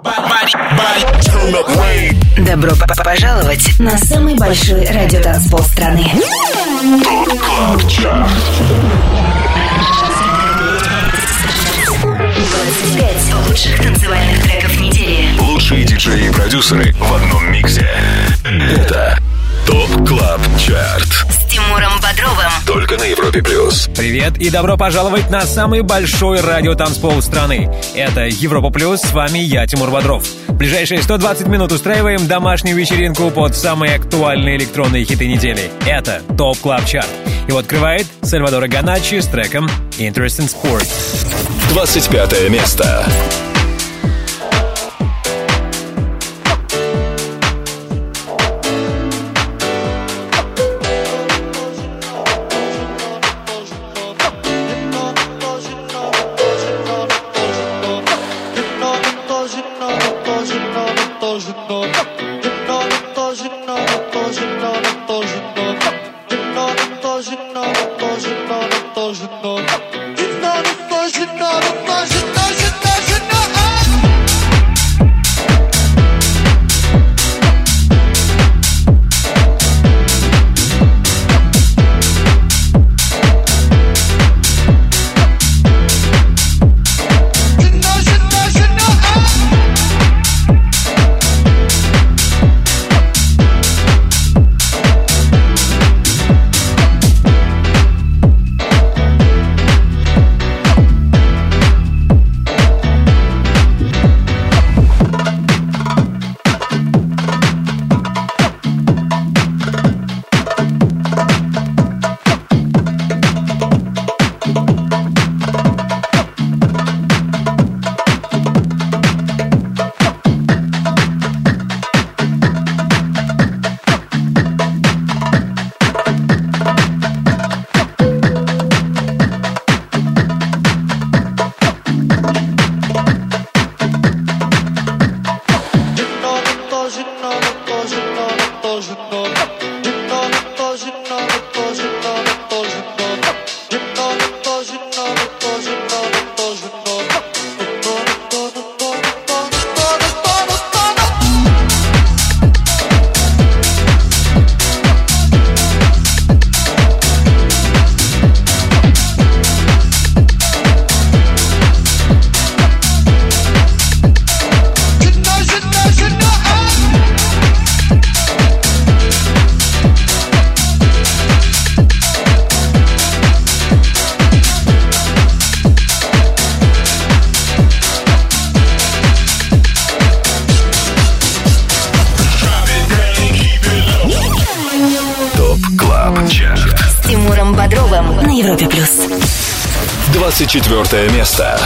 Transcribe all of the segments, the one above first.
Добро пожаловать на самый большой радиотанцпол страны. ТОП КЛАБ ЧАРТ. 25 лучших танцевальных треков недели. Лучшие диджеи и продюсеры в одном миксе. Это ТОП КЛАБ ЧАРТ С Тимуром Бодровым. Только на Европе Плюс. Привет и добро пожаловать на самый большой радиотанцпол страны. Это Европа Плюс, с вами я, Тимур Бодров. В ближайшие 120 минут устраиваем домашнюю вечеринку под самые актуальные электронные хиты недели. Это ТОП КЛАБ ЧАРТ. Его открывает Сальвадоро Ганаччи с треком Interesting Sport. 25 место. С Тимуром Бодровым на Европе Плюс. 24 место.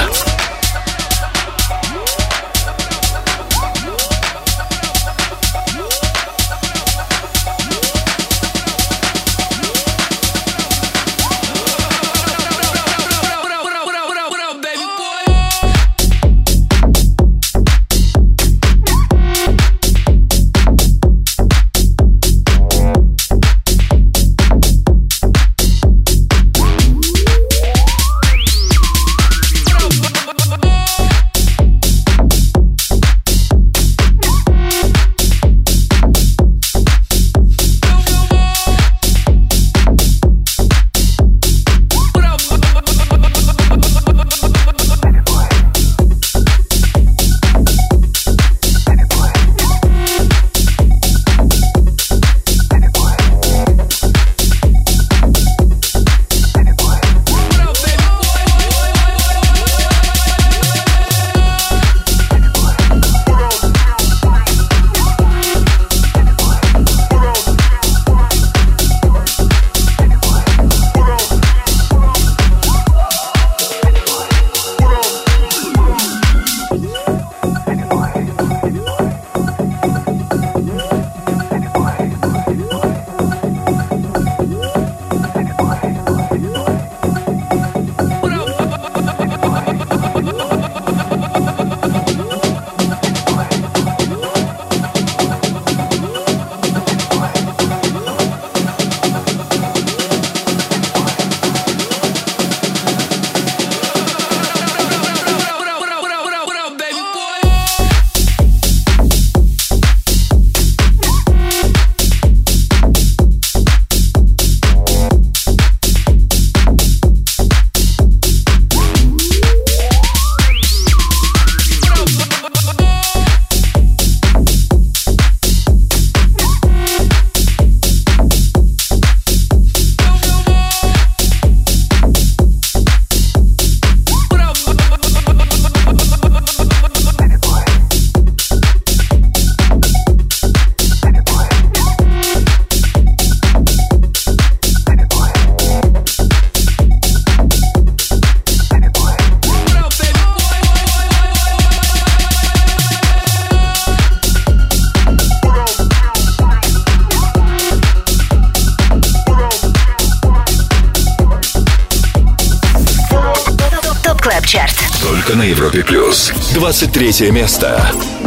на Европе+. 23 место.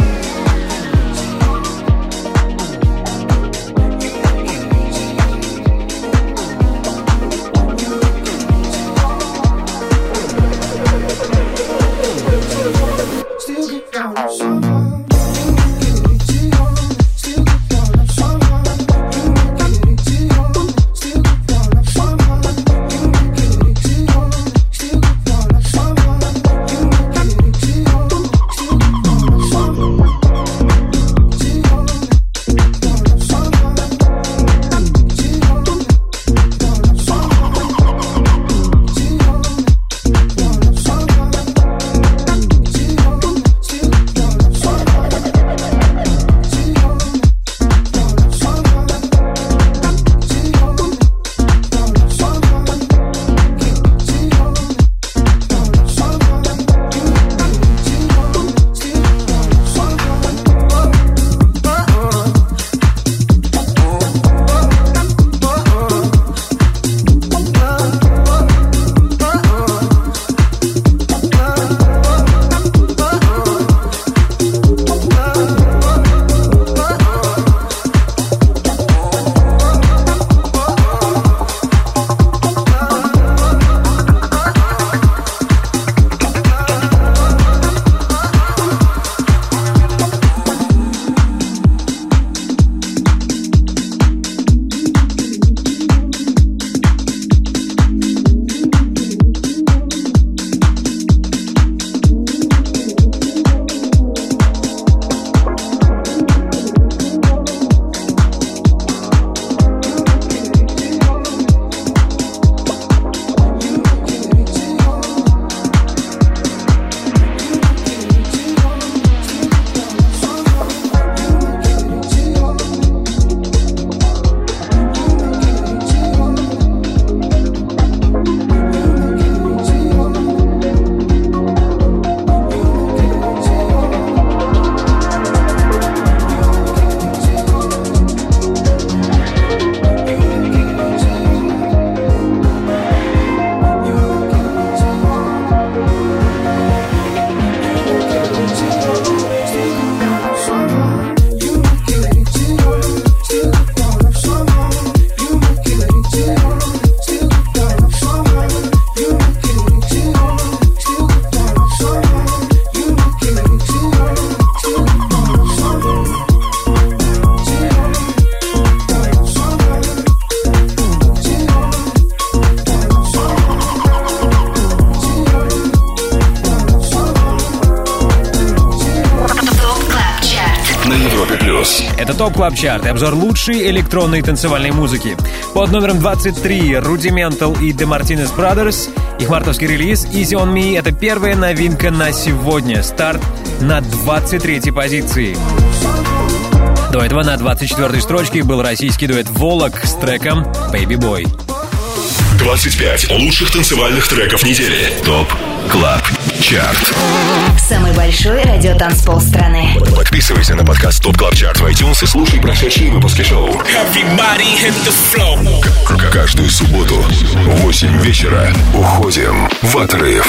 Это ТОП Клаб Чарт и обзор лучшей электронной танцевальной музыки. Под номером 23 Rudimental и The Martinez Brothers. Их мартовский релиз Easy On Me — это первая новинка на сегодня. Старт на 23-й позиции. До этого на 24-й строчке был российский дуэт «Волок» с треком «Baby Boy». 25 лучших танцевальных треков недели. ТОП Клаб Чарт. Самый большой радиотанцпол страны. Подписывайся на подкаст ТОП Клаб Чарт в iTunes и слушай прошедшие выпуски шоу. Каждую субботу в 8 вечера уходим в отрыв.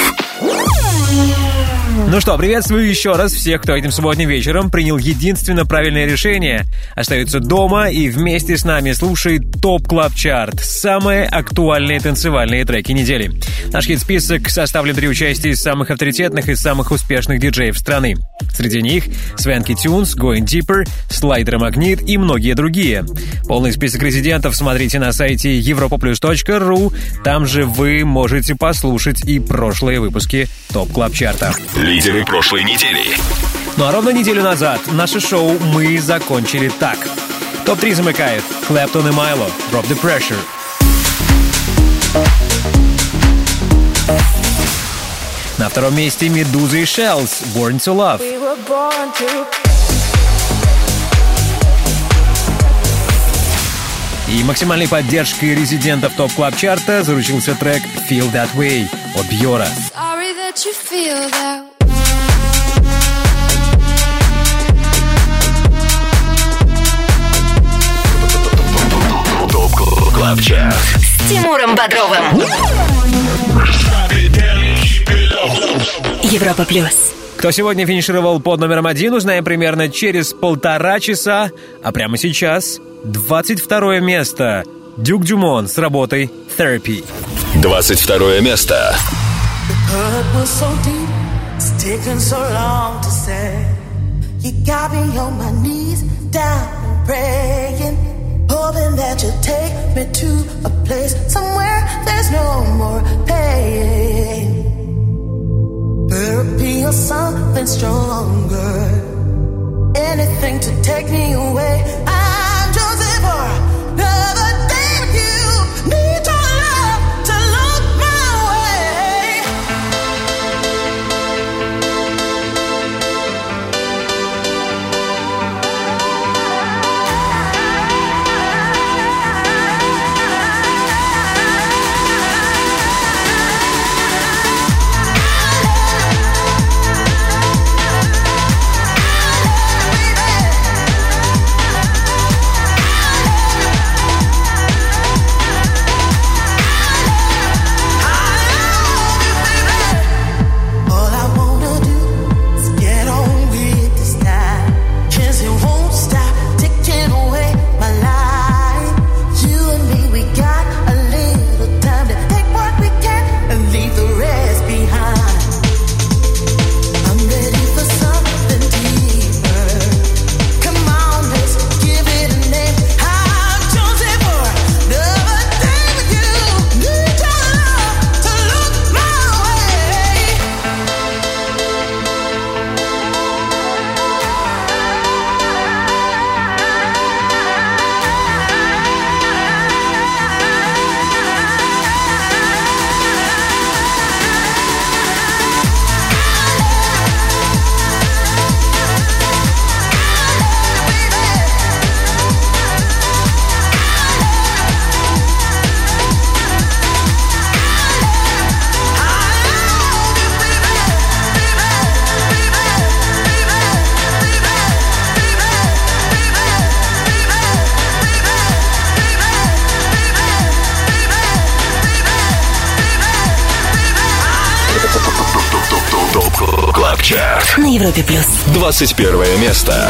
Ну что, приветствую еще раз всех, кто этим субботним вечером принял единственно правильное решение. Остаются дома и вместе с нами слушает ТОП Клаб Чарт. Самые актуальные танцевальные треки недели. Наш хит-список составлен при участии самых авторитетных и самых успешных диджеев страны. Среди них Свенки Тюнс, Going Deeper, Слайдер Магнит и многие другие. Полный список резидентов смотрите на сайте europoplus.ru. Там же вы можете послушать и прошлые выпуски ТОП Клаб Чарта. Лидеры прошлой недели. Ну а ровно неделю назад наше шоу мы закончили так. Топ-3 замыкает Клэптон и Майло, Drop the Pressure. На втором месте Медуза и Shells, Born to Love. И максимальной поддержкой резидентов ТОП Клаб Чарта заручился трек Feel That Way от Бьора. ТОП Клаб Чарт С Тимуром Бодровым. Европа плюс. Кто сегодня финишировал под номером 1, узнаем примерно через 1,5 часа. А прямо сейчас 22 место. Дюк Дюмон с работой «Therapy». 22 место. You got me on my knees, down and praying, hoping that you'll take me to a place somewhere there's no more pain. Therapy or something stronger, anything to take me away. I'm choosing for another day with you. Need your love to look my way. На Европе плюс. 21 место.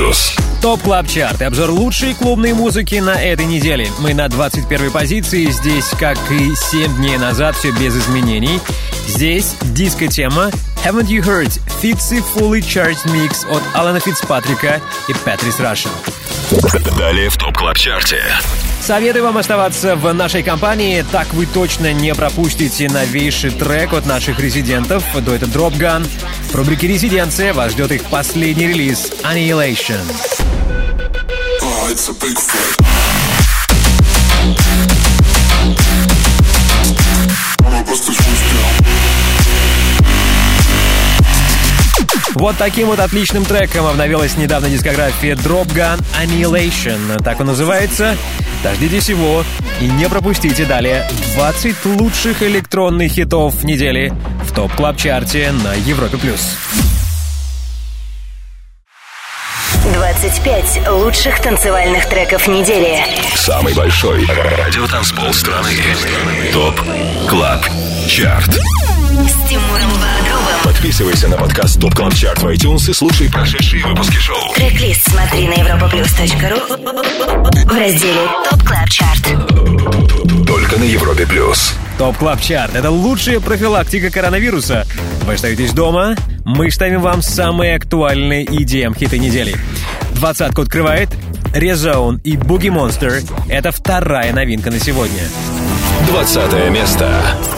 Топ Клаб Чарт и обзор лучшей клубной музыки на этой неделе. Мы на 21-й позиции. Здесь, как и 7 дней назад, все без изменений. Здесь диско-тема Haven't You Heard? Fitzy Fully Charged Mix от Алана Фицпатрика и Патрис Рашен. Далее в Топ Клаб Чарте. Советую вам оставаться в нашей компании, так вы точно не пропустите новейший трек от наших резидентов, дуэта Drop Gun. В рубрике «Резиденция» вас ждет их последний релиз Annihilation. Вот таким вот отличным треком обновилась недавно дискография Drop Gun Annihilation. Так он называется. Дождитесь его и не пропустите далее 20 лучших электронных хитов недели в ТОП Клаб Чарте на Европе+. 25 лучших танцевальных треков недели. Самый большой радиотанцпол страны. ТОП Клаб Чарт. С Тимуром Бодровым. Подписывайся на подкаст ТОП Клаб Чарт в iTunes и слушай прошедшие выпуски шоу. Трек-лист смотри на europaplus.ru в разделе ТОП Клаб Чарт. Только на Европе+. ТОП Клаб Чарт — это лучшая профилактика коронавируса. Вы остаетесь дома, мы ставим вам самые актуальные EDM-хиты недели. 20-ку открывает Rezone и Boogie Monster. Это вторая новинка на сегодня. 20 место.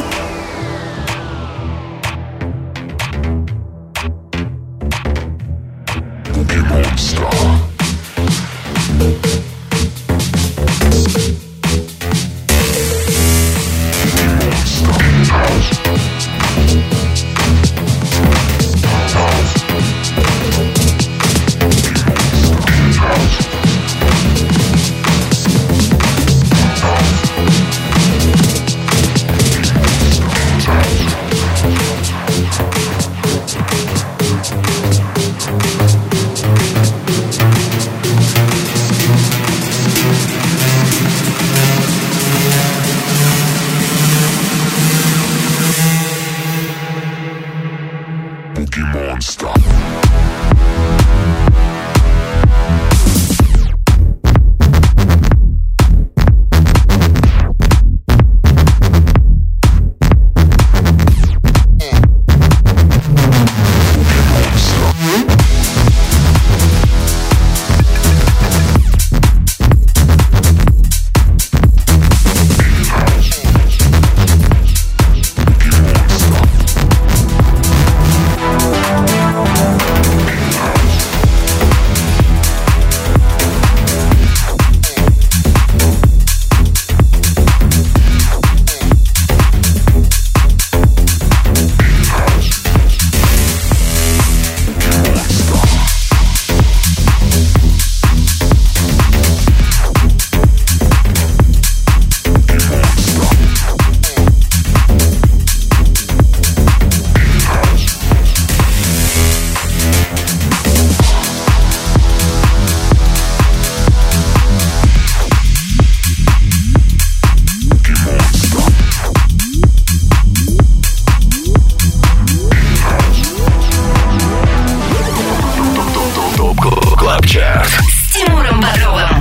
С Тимуром Бодровым.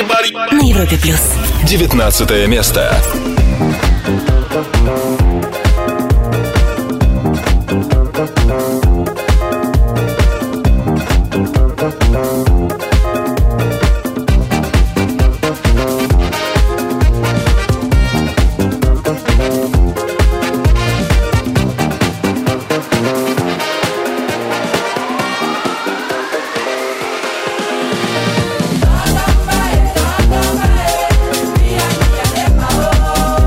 На Европе+. 19 место. Oh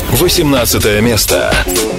18 место.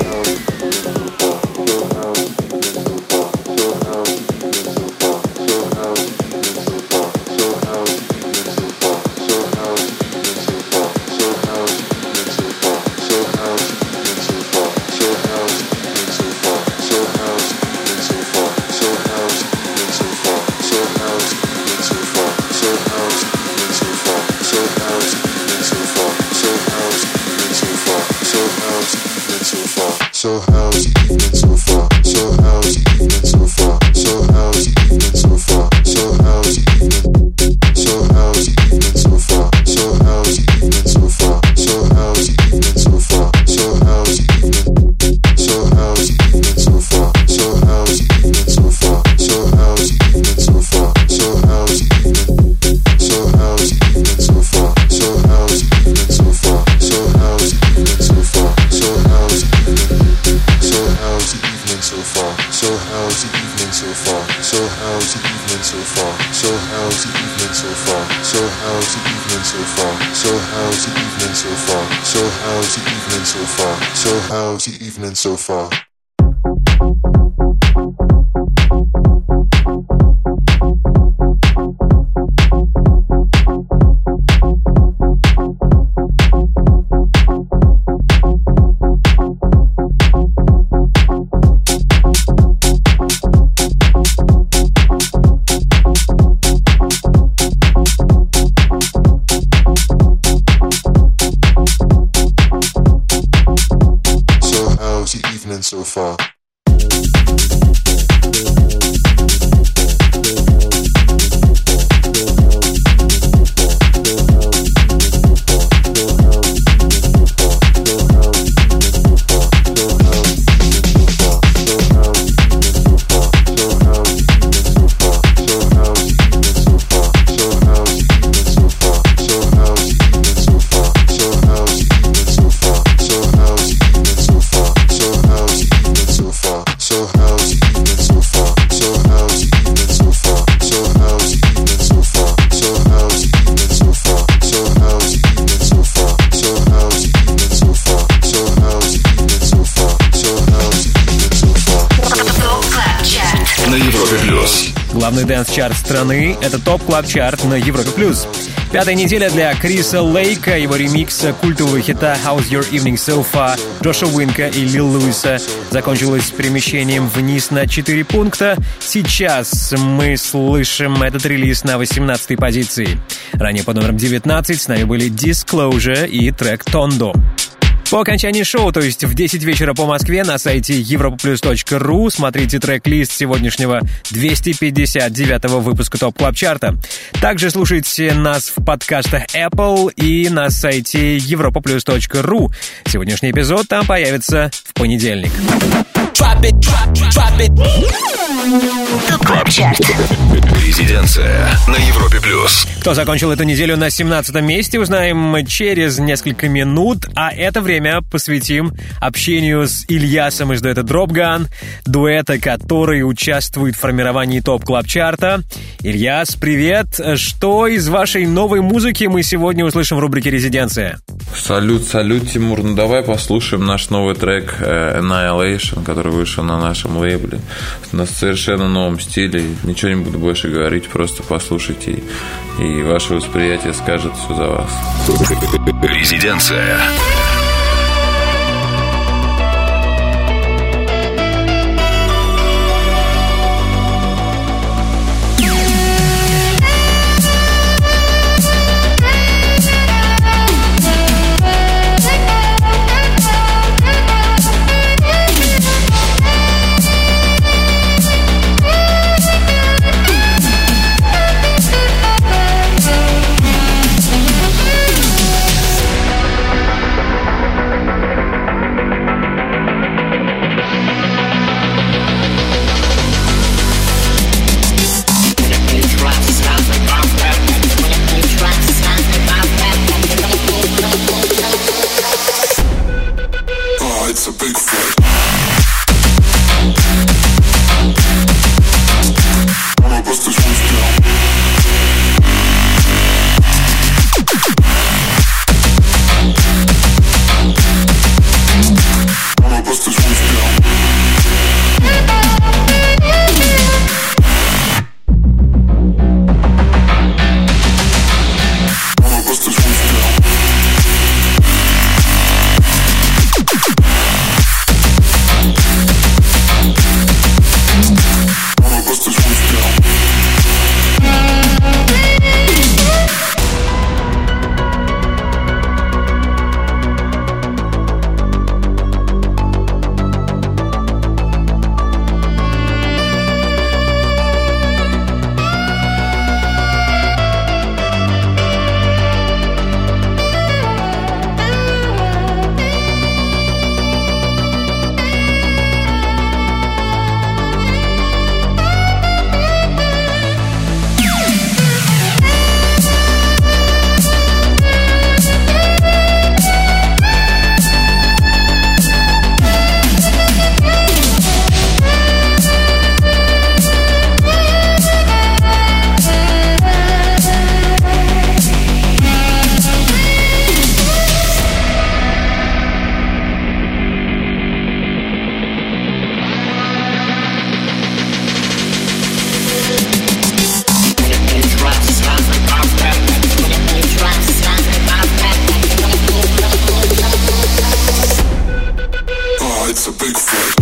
So far. So far. Главный дэнс-чарт страны — это топ-клаб-чарт на Европе+. Пятая неделя для Криса Лейка, его ремикса культового хита «How's Your Evening So Far» Джоша Уинка и Лил Луиса закончилась перемещением вниз на 4 пункта. Сейчас мы слышим этот релиз на 18-й позиции. Ранее под номером 19 с нами были Disclosure и трек «Tondo». По окончании шоу, то есть в 10 вечера по Москве, на сайте europaplus.ru смотрите трек-лист сегодняшнего 259-го выпуска ТОП Клаб Чарта. Также слушайте нас в подкастах Apple и на сайте europaplus.ru. Сегодняшний эпизод там появится в понедельник. ТОП Клаб Чарт. Резиденция на Европе+. Кто закончил эту неделю на 17-м месте, узнаем через несколько минут, а это время посвятим общению с Ильясом из дуэта Drop Gun, дуэта, который участвует в формировании ТОП Клаб Чарта. Ильяс, привет! Что из вашей новой музыки мы сегодня услышим в рубрике «Резиденция»? Салют, Тимур. Ну давай послушаем наш новый трек Annihilation, который вышел на нашем лейбле. На совершенно новом стиле. Ничего не буду больше говорить, просто послушайте, и ваше восприятие скажет все за вас. Резиденция. a big fight.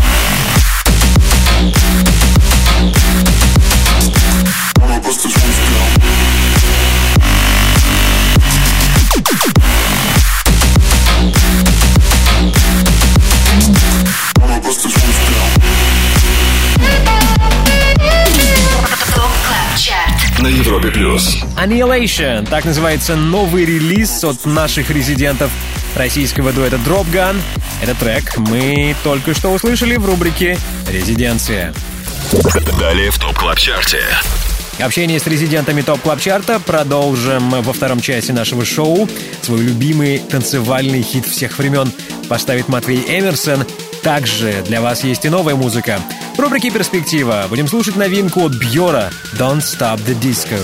Wanna bust this roof down. Wanna bust this roof down. На Европе плюс. Annihilation, так называется новый релиз от наших резидентов российского дуэта Drop Gun. Этот трек мы только что услышали в рубрике «Резиденция». Далее в ТОП Клаб Чарте. Общение с резидентами ТОП Клаб Чарта продолжим во втором часе нашего шоу. Свой любимый танцевальный хит всех времен поставит Матвей Эмерсон. Также для вас есть и новая музыка. В рубрике «Перспектива» будем слушать новинку от Бьора «Don't Stop the Disco».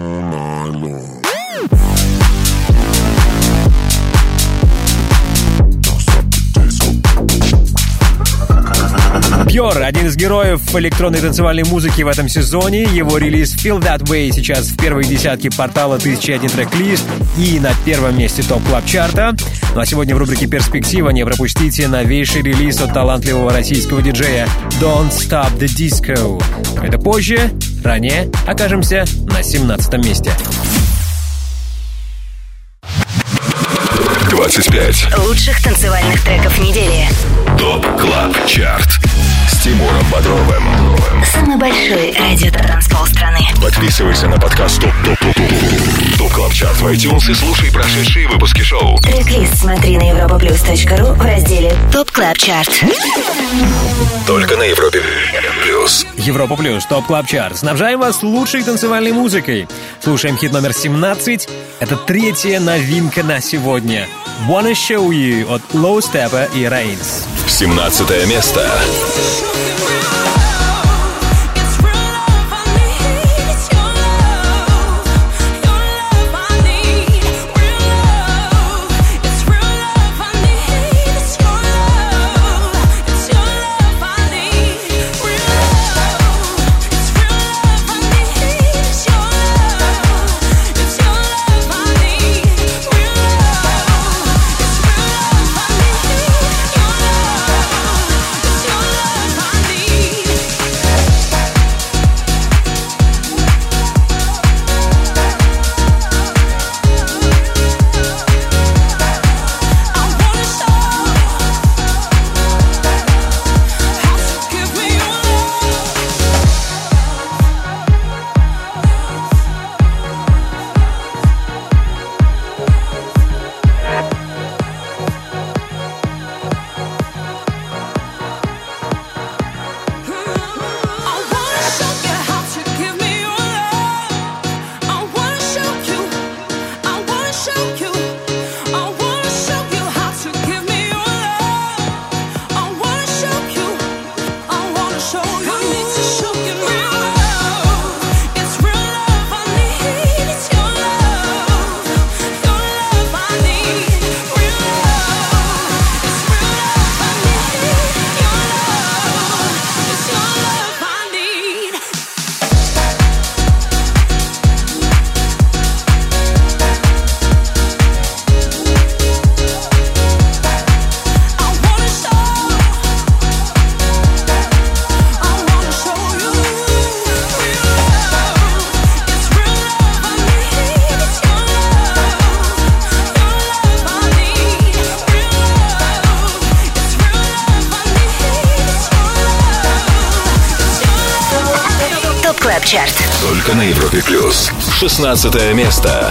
Бьор — один из героев электронной танцевальной музыки в этом сезоне. Его релиз «Feel That Way» сейчас в первой десятке портала 1001 трек-лист и на первом месте ТОП Клаб Чарта. Ну а сегодня в рубрике «Перспектива» не пропустите новейший релиз от талантливого российского диджея «Don't Stop the Disco». Это позже, ранее окажемся на 17-м месте. 25 лучших танцевальных треков недели. ТОП Клаб Чарт с Тимуром Бодровым. Самый большой радио-транспол страны. Подписывайся на подкаст ТОП Клаб Чарт в iTunes и слушай прошедшие выпуски шоу. Трек-лист смотри на europaplus.ru в разделе ТОП Клаб Чарт. Только на Европе плюс. Европа плюс, ТОП Клаб Чарт. Снабжаем вас лучшей танцевальной музыкой. Слушаем хит номер 17. Это третья новинка на сегодня. Wanna Show You от Low Steppa и Reigns. 17 место. Чарт. Только на Европе плюс. 16 место.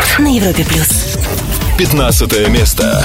Чарт на Европе+. 15 место.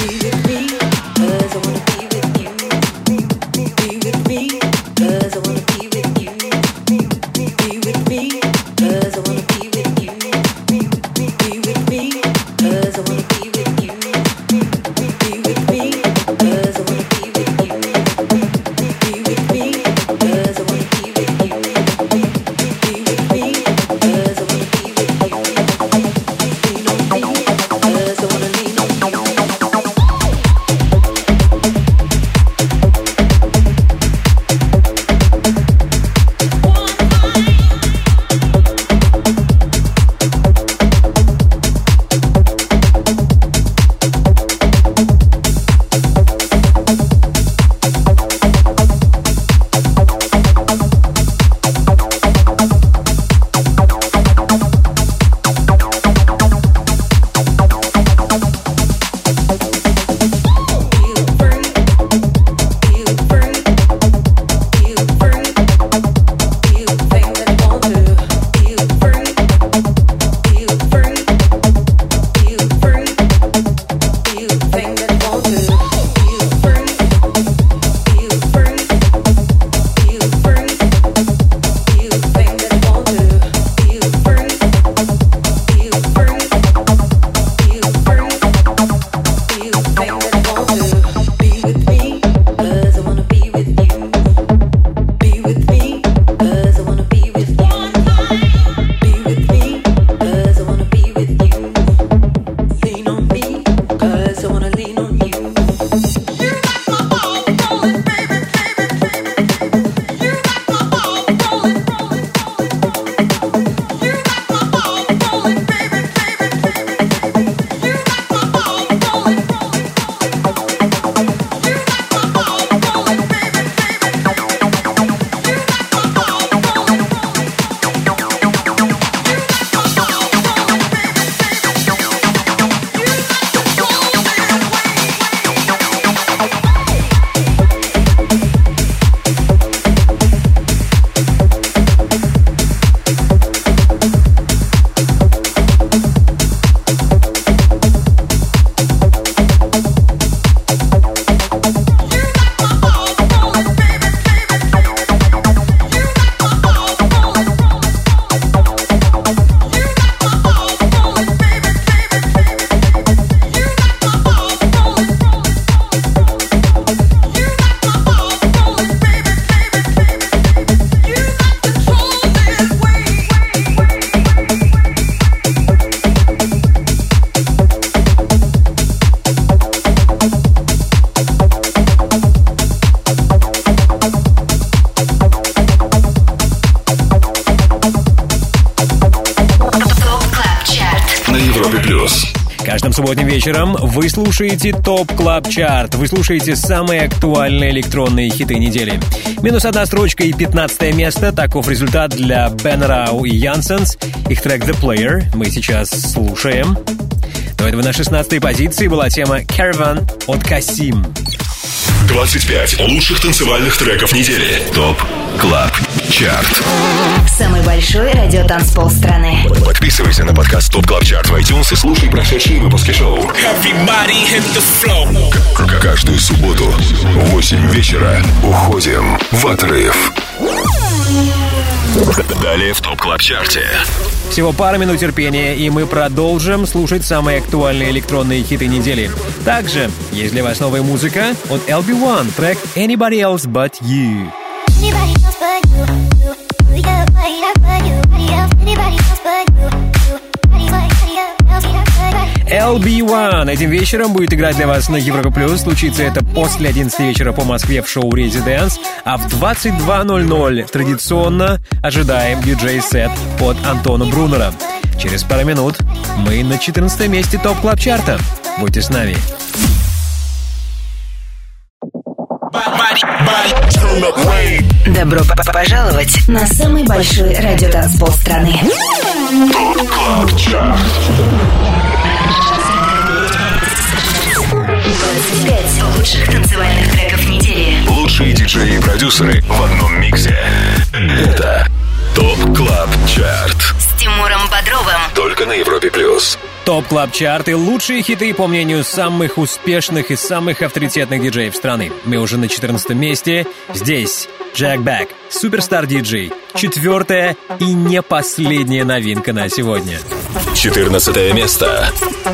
Каждым субботним вечером вы слушаете ТОП Клаб Чарт. Вы слушаете самые актуальные электронные хиты недели. Минус одна строчка и 15 место. Таков результат для Ben Rao и Janssens. Их трек The Player мы сейчас слушаем. До этого на 16-й позиции была тема Caravan от Касим. 25 лучших танцевальных треков недели. ТОП Клаб Чарт. Самый большой радиотанцпол страны. Подписывайся на подкаст ТОП Клаб Чарт в iTunes и слушай прошедшие выпуски шоу. Каждую субботу в 8 вечера уходим в отрыв. Далее в ТОП Клаб Чарте. Всего пара минут терпения, и мы продолжим слушать самые актуальные электронные хиты недели. Также есть для вас новая музыка от LB1, трек Anybody Else But You. LB1 этим вечером будет играть для вас на Европа Плюс. Случится это после 11 вечера по Москве в шоу Residence. А в 22:00 традиционно ожидаем диджей-сет от Антона Брунера. Через пару минут мы на 14 месте ТОП Клаб Чарта. Будьте с нами. Добро пожаловать на самый большой радиотанцпол страны. ТОП Клаб Чарт. 25 лучших танцевальных треков недели. Лучшие диджеи и продюсеры в одном миксе. Это ТОП Клаб Чарт С Тимуром Бодровым. Только только на Европе+. ТОП Клаб Чарт и лучшие хиты, по мнению самых успешных и самых авторитетных диджеев страны. Мы уже на 14 месте. Здесь Jack Beck, суперстар диджей. 4-я и не последняя новинка на сегодня. 14 место.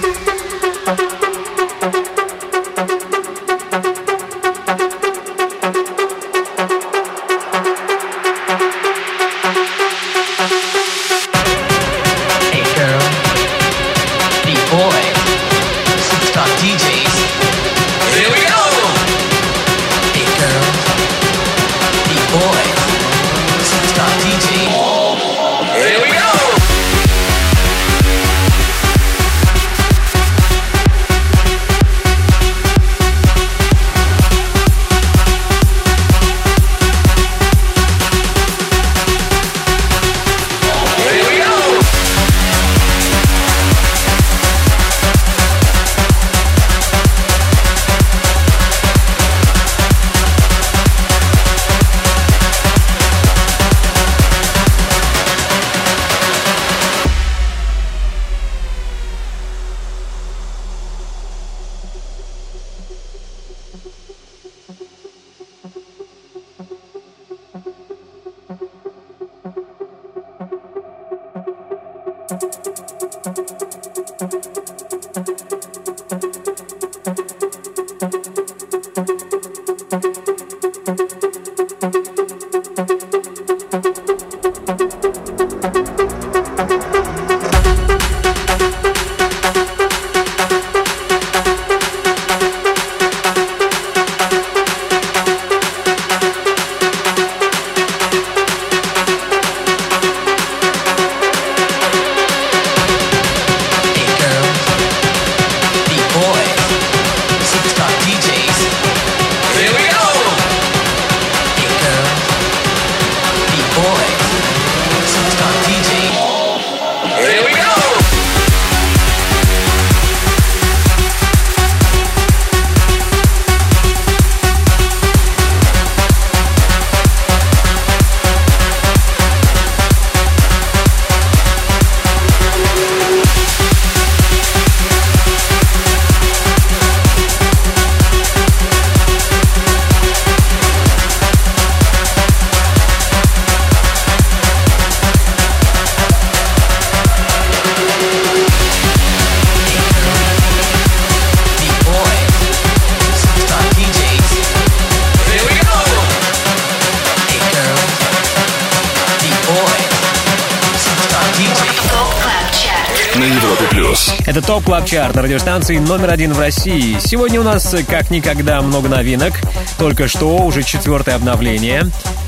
Это ТОП Клаб Чарт на радиостанции номер 1 в России. Сегодня у нас как никогда много новинок. Только что уже 4-е обновление.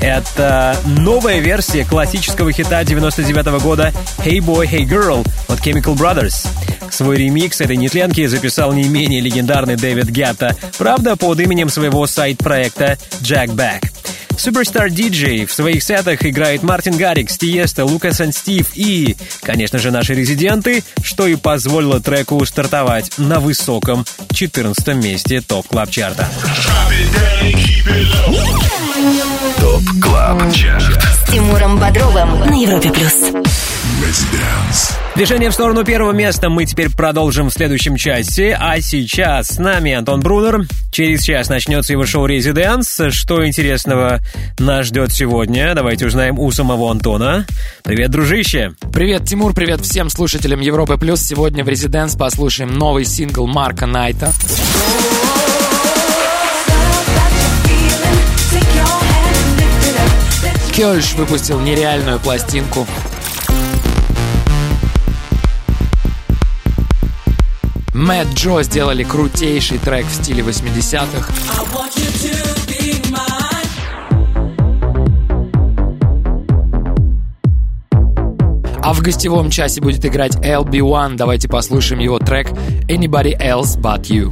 Это новая версия классического хита 99-го года «Hey Boy, Hey Girl» от Chemical Brothers. Свой ремикс этой нетленки записал не менее легендарный Дэвид Гетта, правда, под именем своего сайт-проекта Jack Beck. Суперстар диджей в своих сетах играет Мартин Гаррикс, Тиесто, Лукас и Стив и, конечно же, наши резиденты, что и позволило треку стартовать на высоком 14-м месте ТОП Клаб Чарта. ТОП Клаб Чарт С Тимуром Бодровым на Европе+. Движение в сторону первого места мы теперь продолжим в следующем часе. А сейчас с нами Антон Брунер. Через час начнется его шоу «Резиденс». Что интересного нас ждет сегодня? Давайте узнаем у самого Антона. Привет, дружище. Привет, Тимур, привет всем слушателям Европы+. Сегодня в «Резиденс» послушаем новый сингл Марка Найта. Кёльш выпустил нереальную пластинку. Мэтт Джо сделали крутейший трек в стиле 80-х. А в гостевом часе будет играть LB1. Давайте послушаем его трек Anybody Else But You.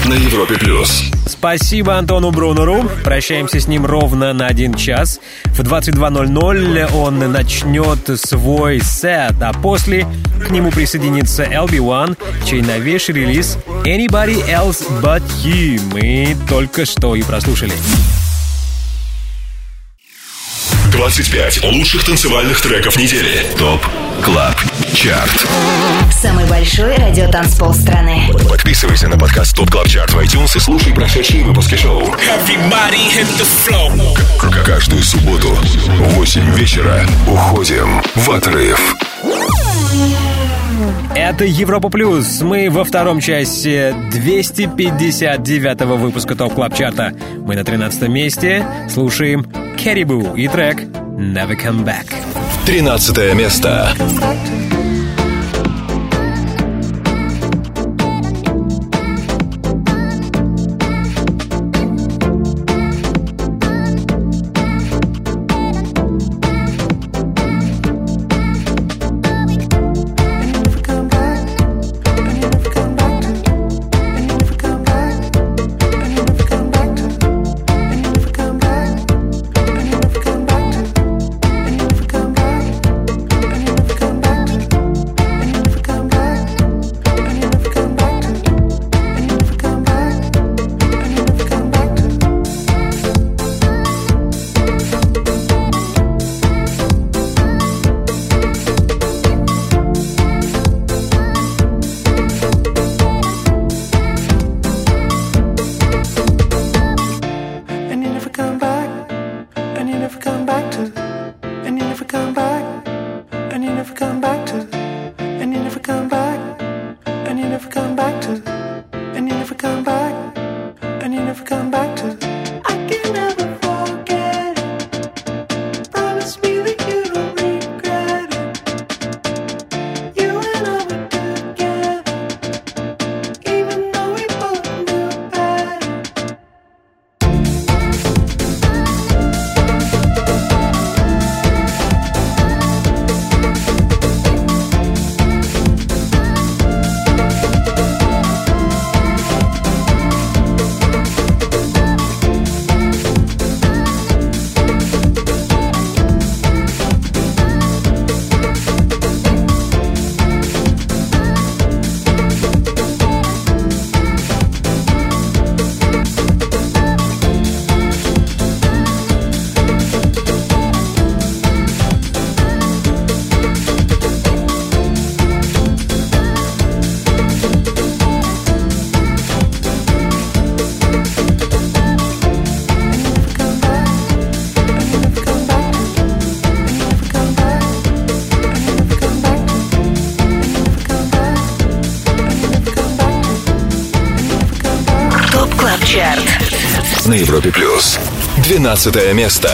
на Европе+. Спасибо Антону Брунеру. Прощаемся с ним ровно на 1 час. В 22:00 он начнет свой сет, а после к нему присоединится LB1, чей новейший релиз Anybody Else But You мы только что и прослушали. 25 лучших танцевальных треков недели. ТОП КЛАБ ЧАРТ. Самый большой радиотанцпол страны. Подписывайся на подкаст ТОП КЛАБ ЧАРТ в iTunes и слушай прошедшие выпуски шоу. Каждую субботу в 8 вечера уходим в отрыв. Это Европа Плюс. Мы во втором часе 259-го выпуска ТОП КЛАБ ЧАРТа. Мы на 13-м месте. Слушаем Caribou и трек Never Come Back. 13 место. На Европе Плюс. 12 место.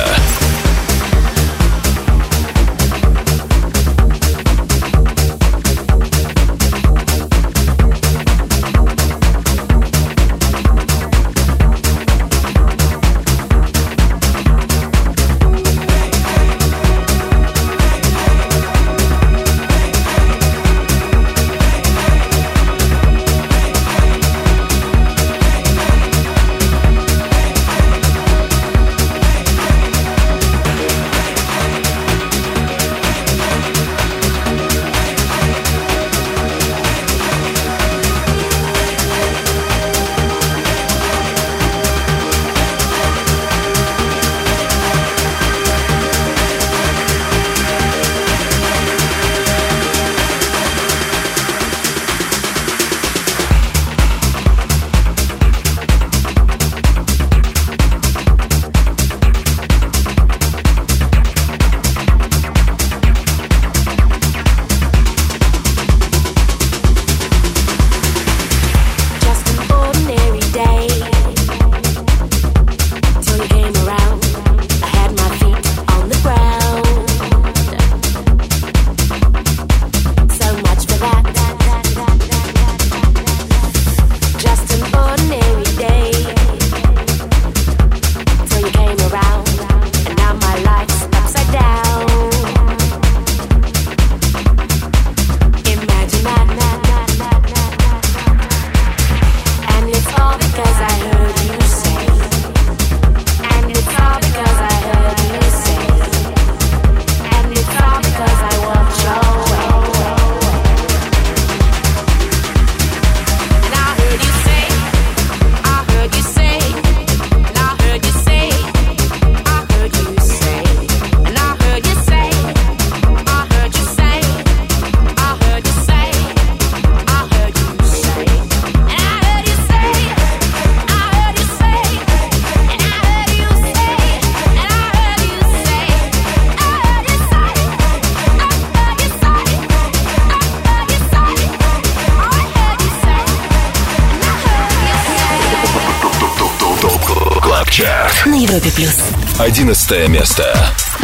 Чарт на Европе плюс. 11 место.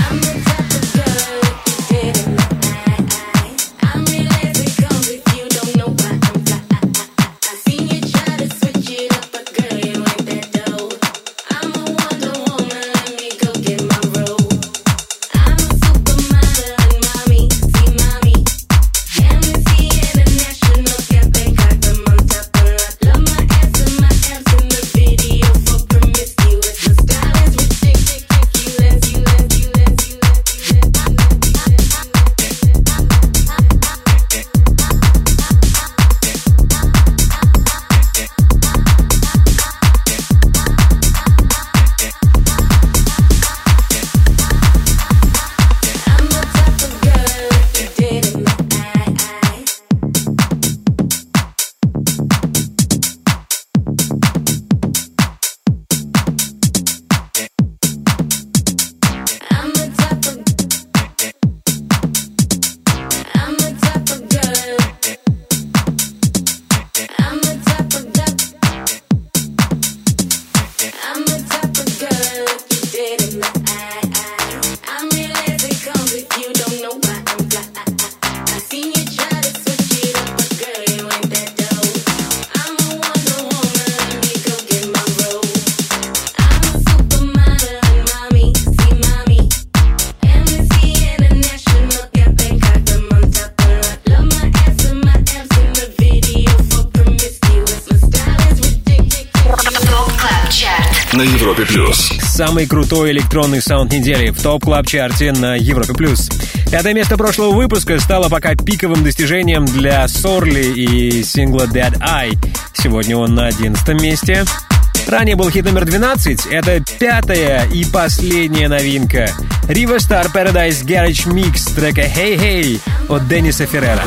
На Европе плюс. Самый крутой электронный саунд недели в топ-клаб-чарте на Европе плюс. 5 место прошлого выпуска стало пока пиковым достижением для Сорли и сингла Dead Eye. Сегодня он на 11 месте. Ранее был хит номер 12. Это 5-я и последняя новинка. Riva Star Paradise Garage Mix трека Hey Hey от Денниса Феррера.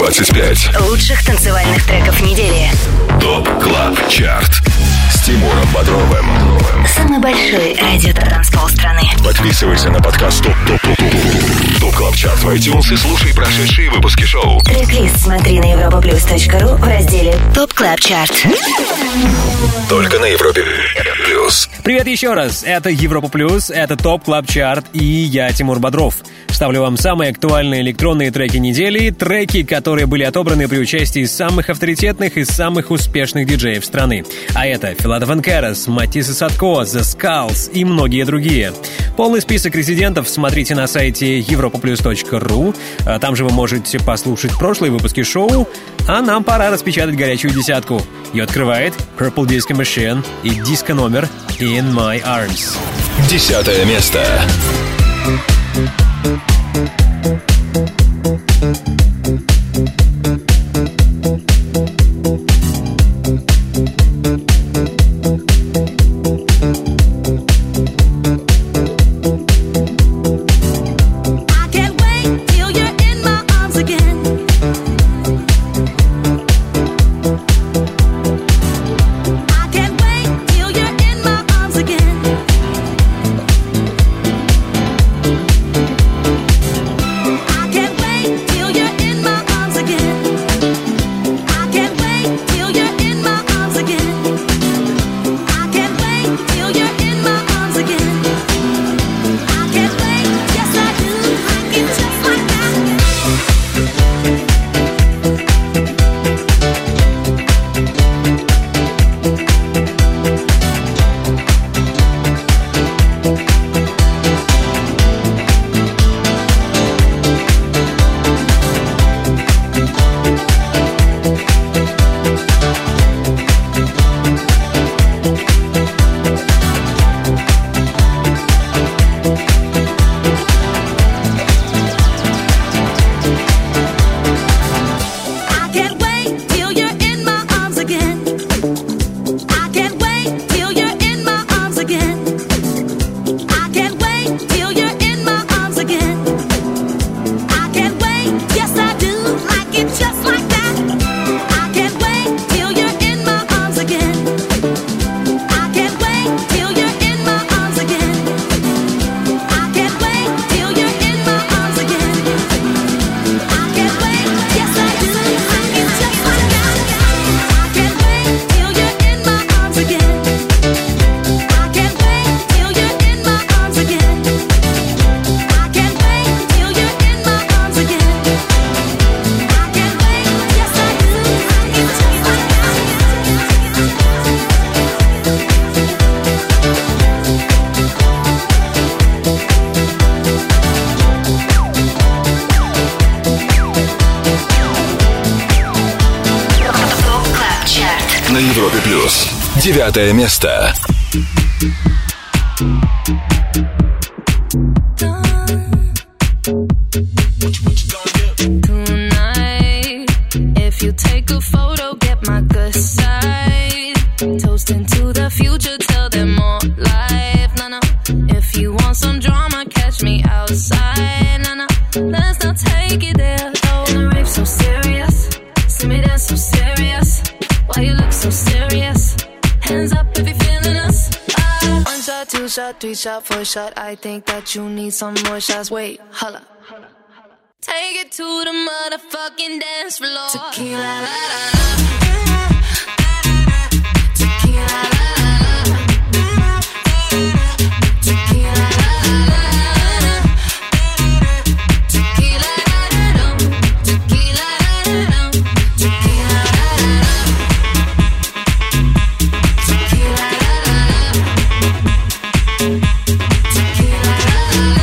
25 Лучших танцевальных треков недели. ТОП Клаб Чарт с Тимуром Бодровым. Самый большой радио-транспол страны. Подписывайся на подкаст ТОП Клаб Чарт в iTunes и слушай прошедшие выпуски шоу. Трек-лист смотри на europaplus.ru в разделе ТОП Клаб Чарт. Только на Европе плюс. Привет еще раз, это Европа Плюс, это ТОП Клаб Чарт и я, Тимур Бодров. Ставлю вам самые актуальные электронные треки недели, треки, которые были отобраны при участии самых авторитетных и самых успешных диджеев страны. А это Филатов & Карас, Матисса Садко, The Skulls и многие другие. Полный список резидентов смотрите на сайте europaplus.ru. Там же вы можете послушать прошлые выпуски шоу. А нам пора распечатать горячую десятку. Ее открывает Purple Disco Machine и диско-номер In My Arms. 10 место. I can't Европе плюс 9 место. If you take a photo, get my good side. Toasting to the future, tell them more life. No, no. If you want some drama, catch me outside. No, no. Let's not take it there. Oh, and the rave so serious. See me dance so serious. Why you look so serious? Hands up if you're feeling us. One shot, two shot, three shot, four shot. I think that you need some more shots. Wait, holla. Take it to the motherfucking dance floor. Tequila, la, la, la. Tequila, la, la, la. Tequila, la, la, la. Tequila, la, la, la. Tequila, la, la, la. Tequila, la, la, la. Tequila, la, la, la. Tequila, la, la, la.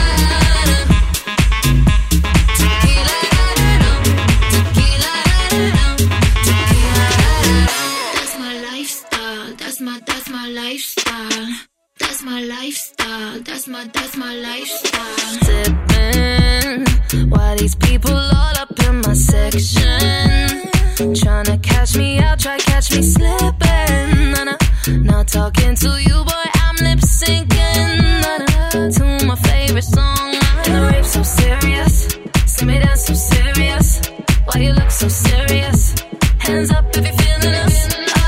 That's my lifestyle. Sipping while these people all up in my section, tryna catch me out, try catch me slipping. Nah, not talking to you, boy, I'm lip syncing to my favorite song. And the rave so serious, see me dance so serious. Why you look so serious? Hands up if you're feeling us.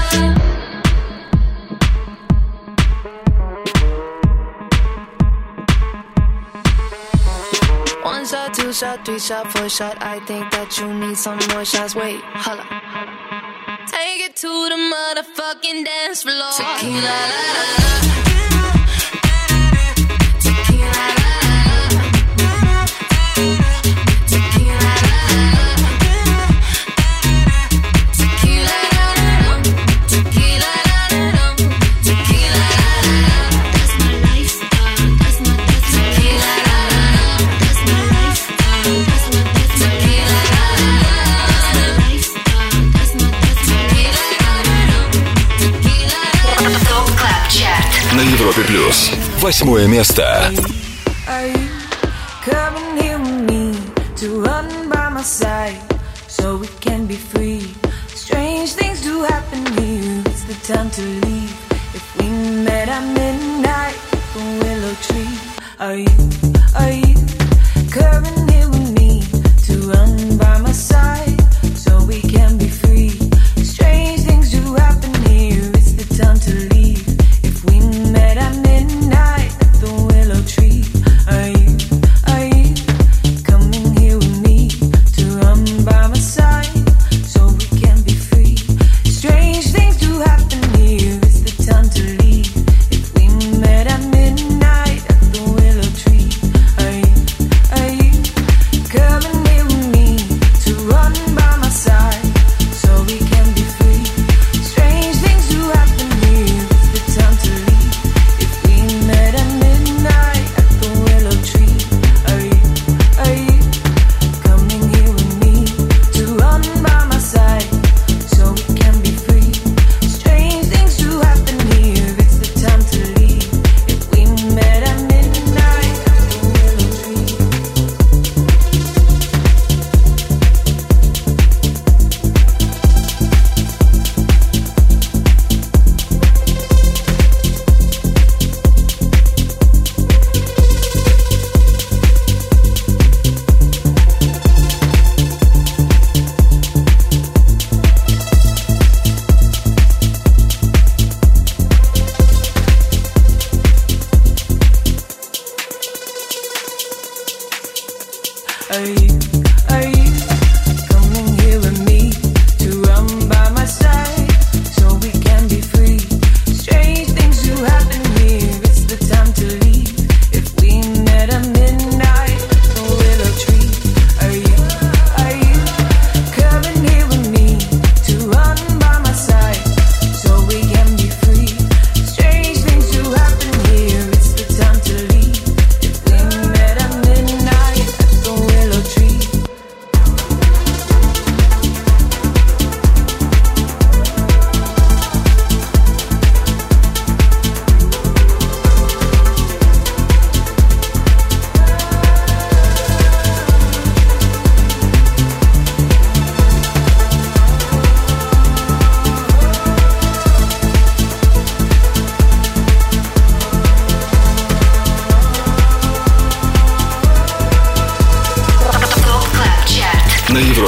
One shot, two shot, three shot, four shot. I think that you need some more shots. Wait, holla. Take it to the motherfucking dance floor. Tequila, la, la, la. Tequila, la, la, la. Tequila, la, la, la. Tequila, la, la, la. Tequila, la, la, la. Tequila, la, la, la. That's my lifestyle. That's my tequila, la, la, la. That's my lifestyle. That's my tequila, la, la, la. That's my lifestyle. That's my tequila, la, la, la. Tequila, la, la, la. Топ Клаб Чарт На Европе плюс 8 место. Are you coming here with me to run by my side so we can be free? Strange things do happen here. It's the time to leave. If we met at midnight, the willow tree. Are you coming here with me to run by my side so we can be free? Strange things do happen here. It's the time to leave. If we met at midnight at the willow tree. Are you coming here with me to run by my side so we can be free? Strange things do happen here. It's the time to leave. If we met at midnight at the willow tree. Are you coming here with me to run by my side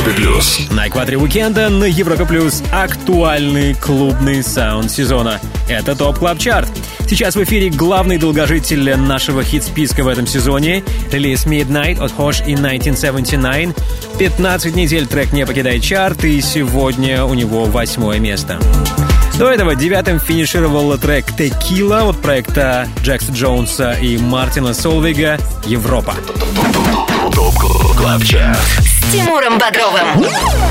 Европе плюс. На экваторе уикенда на Европе плюс актуальный клубный саунд сезона. Это ТОП Клаб Чарт. Сейчас в эфире главный долгожитель нашего хит-списка в этом сезоне. Релиз Midnight от Hosh in 1979. 15 недель трек не покидает чарт, и сегодня у него 8 место. До этого 9-м финишировал трек Tequila от проекта Джекса Джонса и Мартина Солвига «Европа». ТОП Клаб Чарт С Тимуром Бодровым.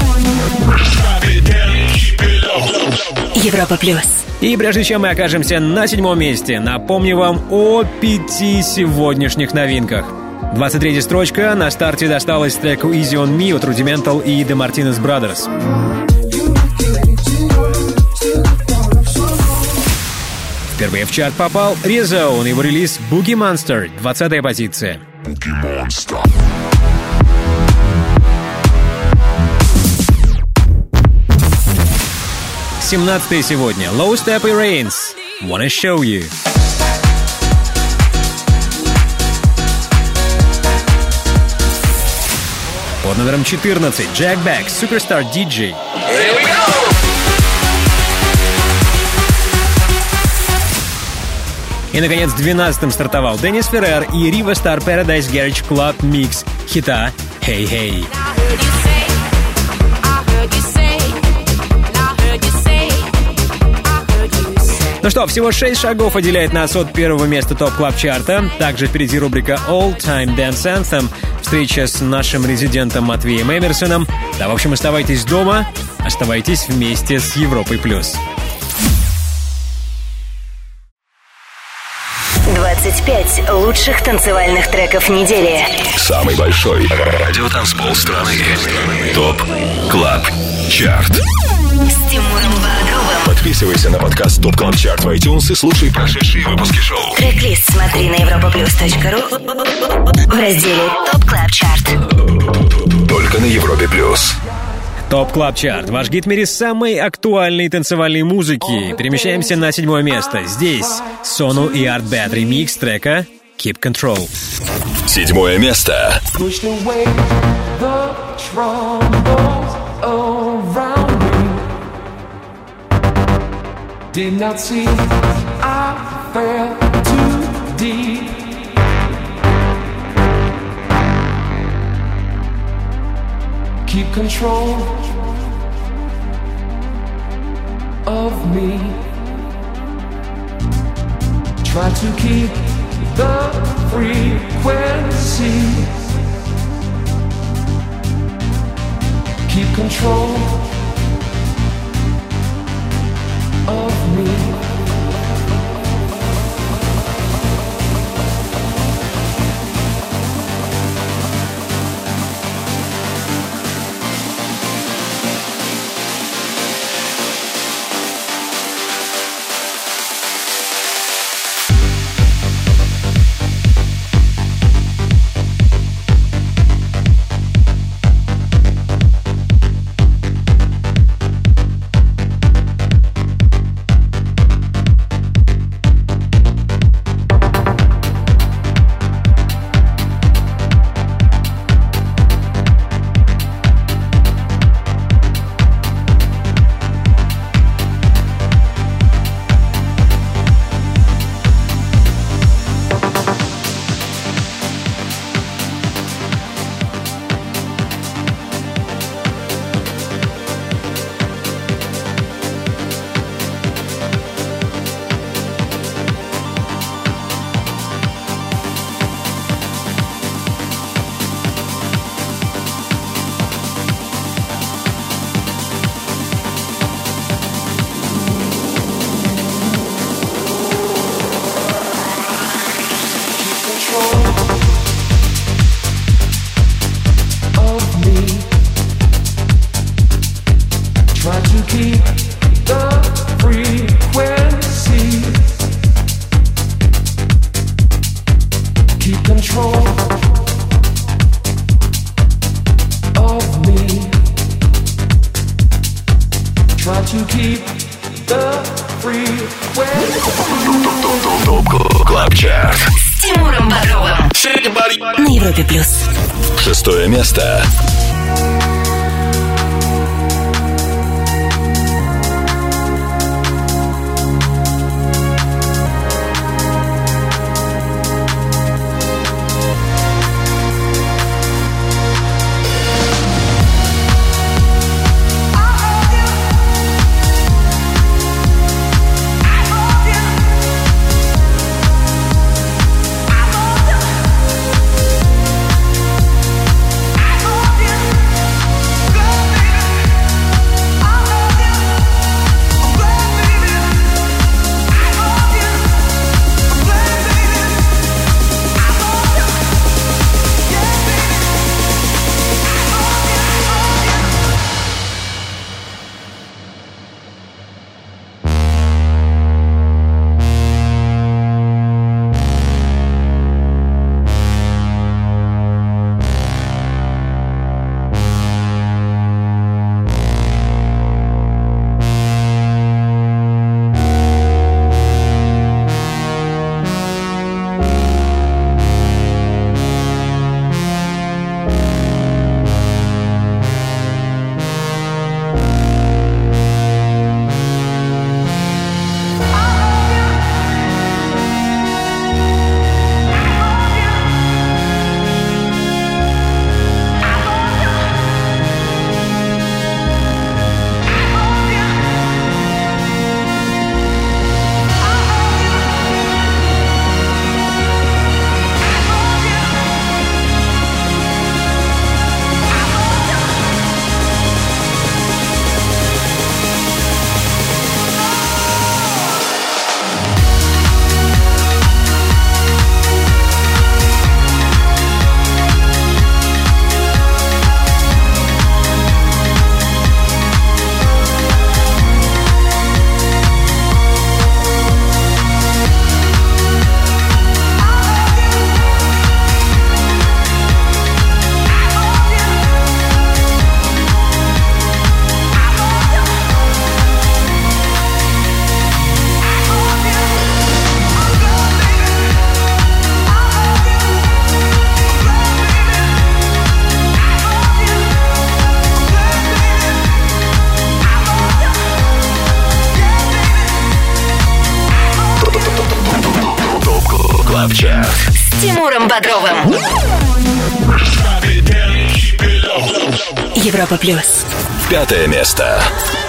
Европа плюс. И прежде чем мы окажемся на 7-м месте, напомню вам о 5 сегодняшних новинках. 23-я строчка на старте досталась треку Easy on Me от Rudimental и The Martinez Brothers. Впервые в чарт попал Резон, его релиз Boogie Monster, 20-я позиция. 17-я сегодня Low Step и Reigns, Wanna Show You. Под номером 14 Jack Beck, Superstar DJ. И, наконец, 12-м стартовал Деннис Феррер и Riva Star Paradise Garage Club Mix хита «Hey Hey». Ну что, всего 6 шагов отделяет нас от первого места ТОП Клаб Чарта. Также впереди рубрика All Time Dance Anthem. Встреча с нашим резидентом Матвеем Эмерсоном. Да, в общем, оставайтесь дома, оставайтесь вместе с Европой+. 25 лучших танцевальных треков недели. Самый большой радиотанцпол страны. ТОП Клаб Чарт. С Тимуром Бодровым. Подписывайся на подкаст ТОП Клаб Чарт в iTunes и слушай прошедшие выпуски шоу. Трек-лист смотри на europaplus.ru в разделе ТОП Клаб Чарт. Только на Европе плюс. ТОП Клаб Чарт. Ваш гид в мире самой актуальной танцевальной музыки. Перемещаемся на 7 место. Здесь Сону и Art Bad ремикс трека Keep Control. 7 место. Did not see I fell too deep. Keep control of me. Try to keep the frequency. Keep control of me. С Тимуром Бодровым. На Европе плюс. 6 место. Клаб Чарт с Тимуром Бодровым. Европа плюс. 5 место.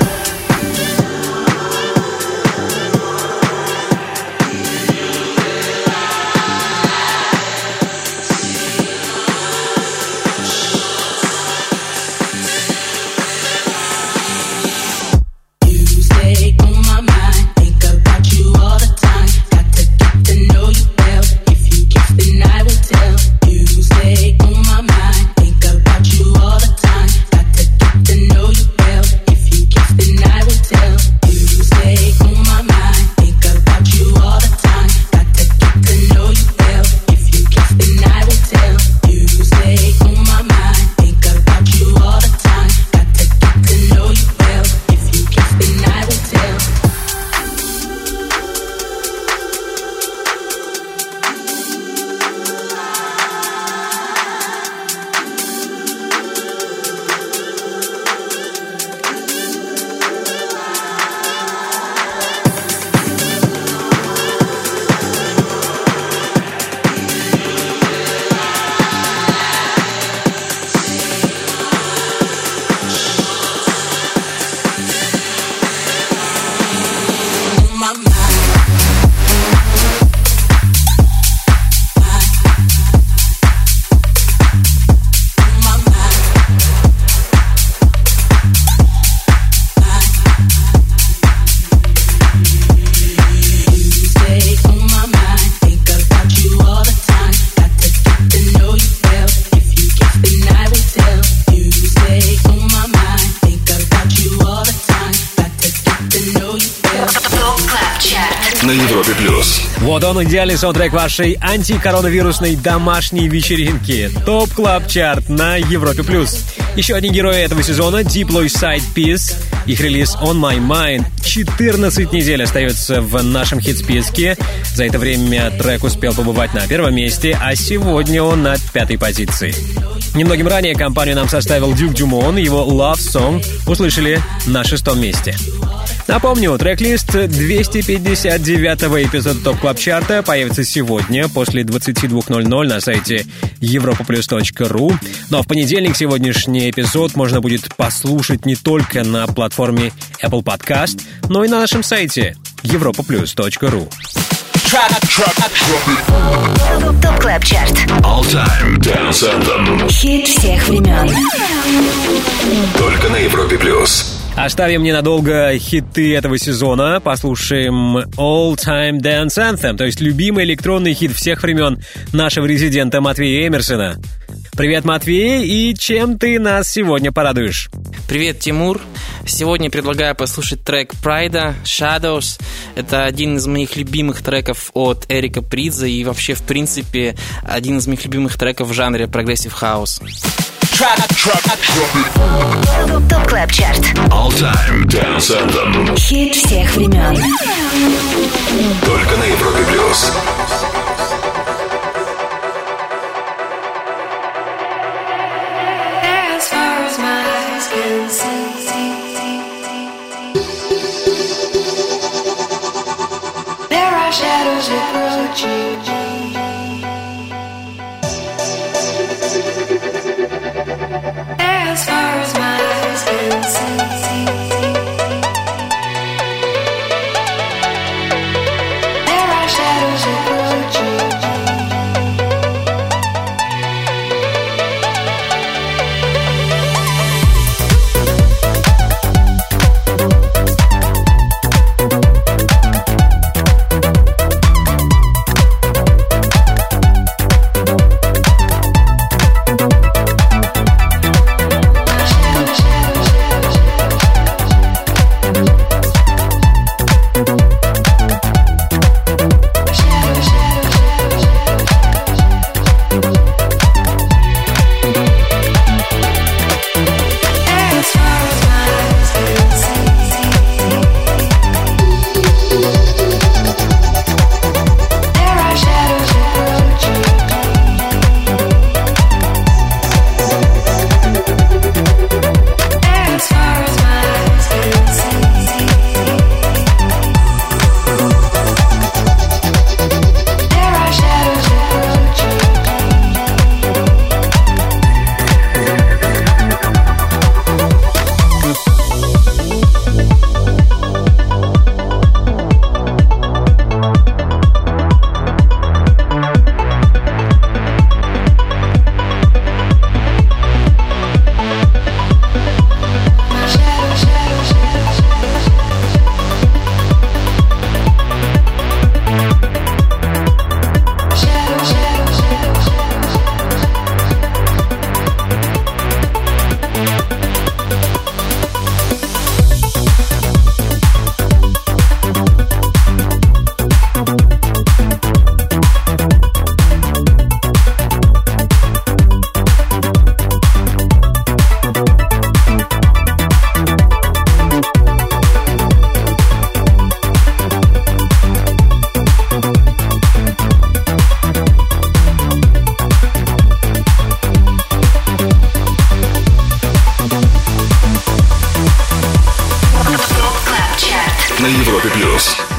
На Европе плюс. Вот он, идеальный саундтрек вашей антикоронавирусной домашней вечеринки. Топ Клаб Чарт на Европе плюс. Еще один герой этого сезона — Diplo Side Piece. Их релиз On My Mind 14 недель остается в нашем хит-списке. За это время трек успел побывать на первом месте, а сегодня он на 5-й позиции. Немногим ранее компанию нам составил Duke Dumont. Его Love Song услышали на 6-м месте. Напомню, трек-лист 259-го эпизода ТОП Клаб Чарта появится сегодня после 22:00 на сайте europaplus.ru. Но в понедельник сегодняшний эпизод можно будет послушать не только на платформе Apple Podcast, но и на нашем сайте europaplus.ru. ТОП Клаб Чарт. All Time Dance Anthem. Хит всех времен. Только на Европе плюс. Оставим ненадолго хиты этого сезона. Послушаем All Time Dance Anthem, то есть любимый электронный хит всех времен нашего резидента Матвея Эмерсона. Привет, Матвей, и чем ты нас сегодня порадуешь? Привет, Тимур. Сегодня предлагаю послушать трек Прайда «Shadows». Это один из моих любимых треков от Эрика Придза и вообще, в принципе, один из моих любимых треков в жанре прогрессив хаус. ТОП Клаб Чарт. All Time Dance Anthem. Хит всех времен. Только на Европе плюс. Shadows approaching. As far as my eyes can see, there are shadows approaching.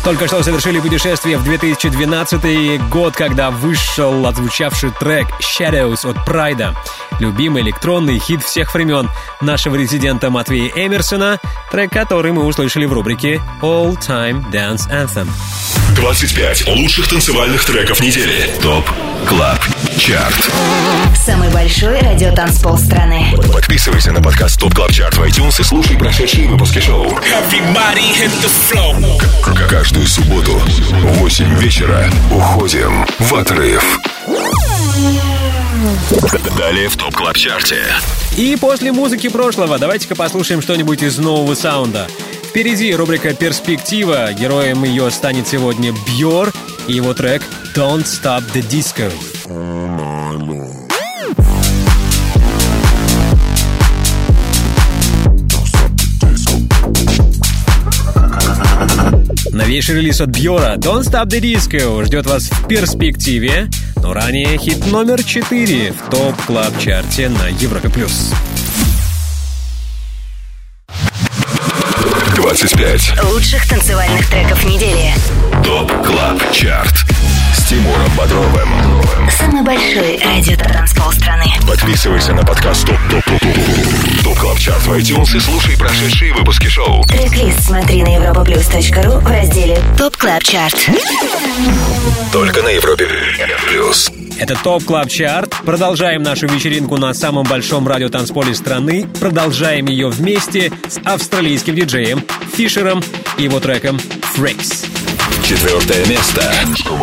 Только что совершили путешествие в 2012 год, когда вышел отзвучавший трек Shadows от Прайда. Любимый электронный хит всех времен нашего резидента Матвея Эмерсона, трек, который мы услышали в рубрике All Time Dance Anthem. 25 лучших танцевальных треков недели. ТОП КЛАБ ЧАРТ. Самый большой радиотанцпол страны. Подписывайся на подкаст ТОП КЛАБ ЧАРТ в iTunes и слушай прошедшие выпуски шоу. Каждую субботу в 8 вечера уходим в отрыв. Далее в ТОП КЛАБ ЧАРТе. И после музыки прошлого давайте-ка послушаем что-нибудь из нового саунда. Впереди рубрика «Перспектива». Героем ее станет сегодня Бьор и его трек «Don't Stop the Disco». Новейший релиз от Бьора «Don't Stop the Disco» ждет вас в перспективе, но ранее хит номер 4 в ТОП КЛАБ ЧАРТе на Европе+. 25 лучших танцевальных треков недели. ТОП КЛАБ ЧАРТ с Тимуром Бодровым. Самый большой радиотанцпол страны. Подписывайся на подкаст ТОП КЛАБ ЧАРТ в iTunes и слушай прошедшие выпуски шоу. Трек-лист смотри на europaplus.ru в разделе ТОП КЛАБ ЧАРТ. Только на Европе Плюс. Это ТОП КЛАБ ЧАРТ. Продолжаем нашу вечеринку на самом большом радиотанцполе страны. Продолжаем ее вместе с австралийским диджеем Фишером и его треком Freaks. 4 место.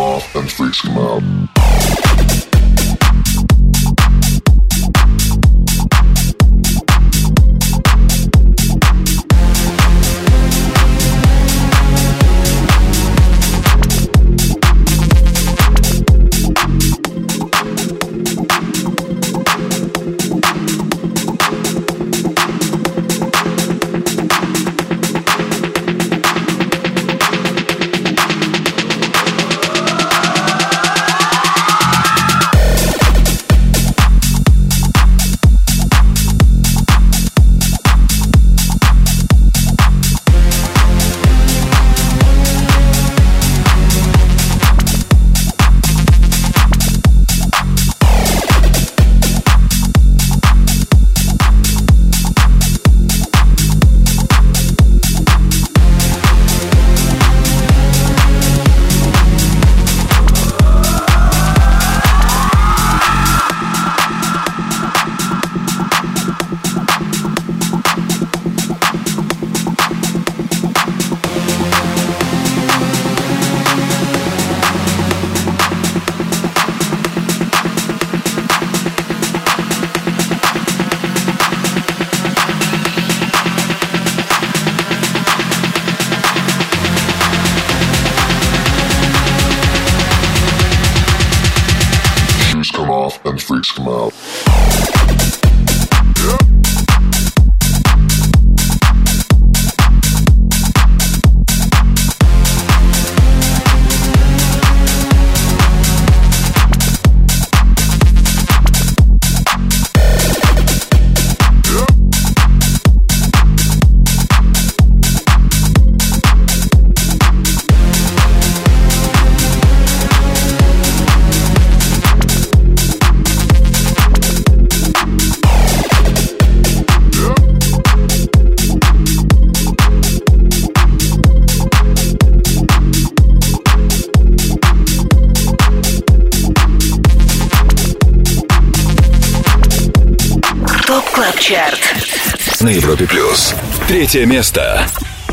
На Европе Плюс. 3 место.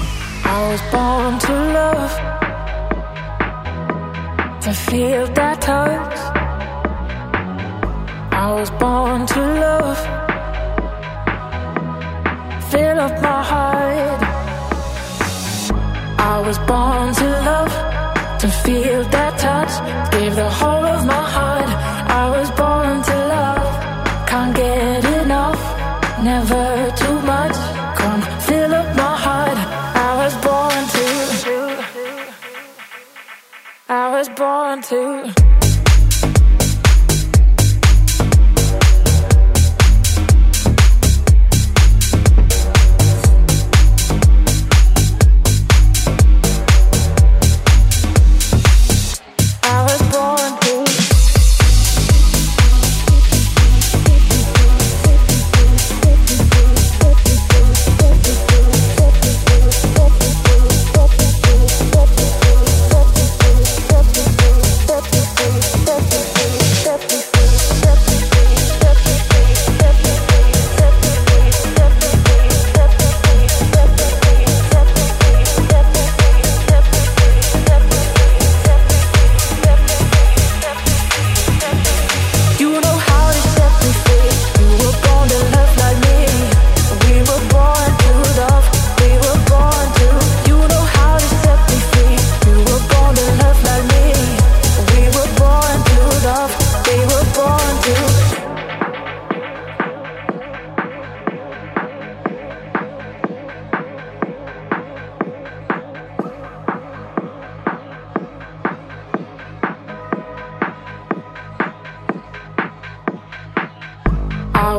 I was born to love, to feel that touch. I was born to love, fill up my heart. I was born to love, to feel that touch. Gave the whole of my heart. I was born to love, can't get enough, never too much. Come fill up my heart. I was born to.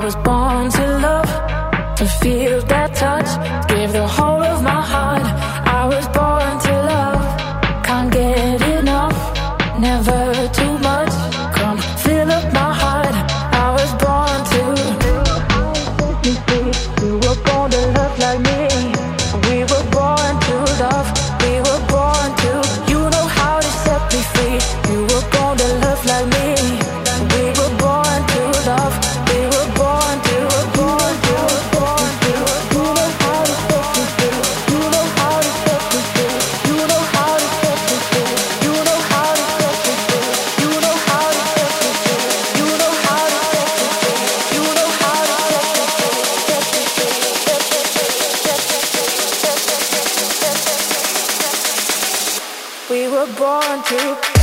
was born to love, to feel that touch, give the whole of my heart. I was born to love, can't get enough, never too much. Come fill up my heart. I was born to. You were born to love like me. We were born to love. We were born to. You know how to set me free. You were born to love like me. We were born to love. We were born to. Born to. Born to. You know how to set me free. You know how to set me free. You know how to set me free. You know how to set me free. You know how to set me free. You know how to set me free. You know how to set me free. We were born to.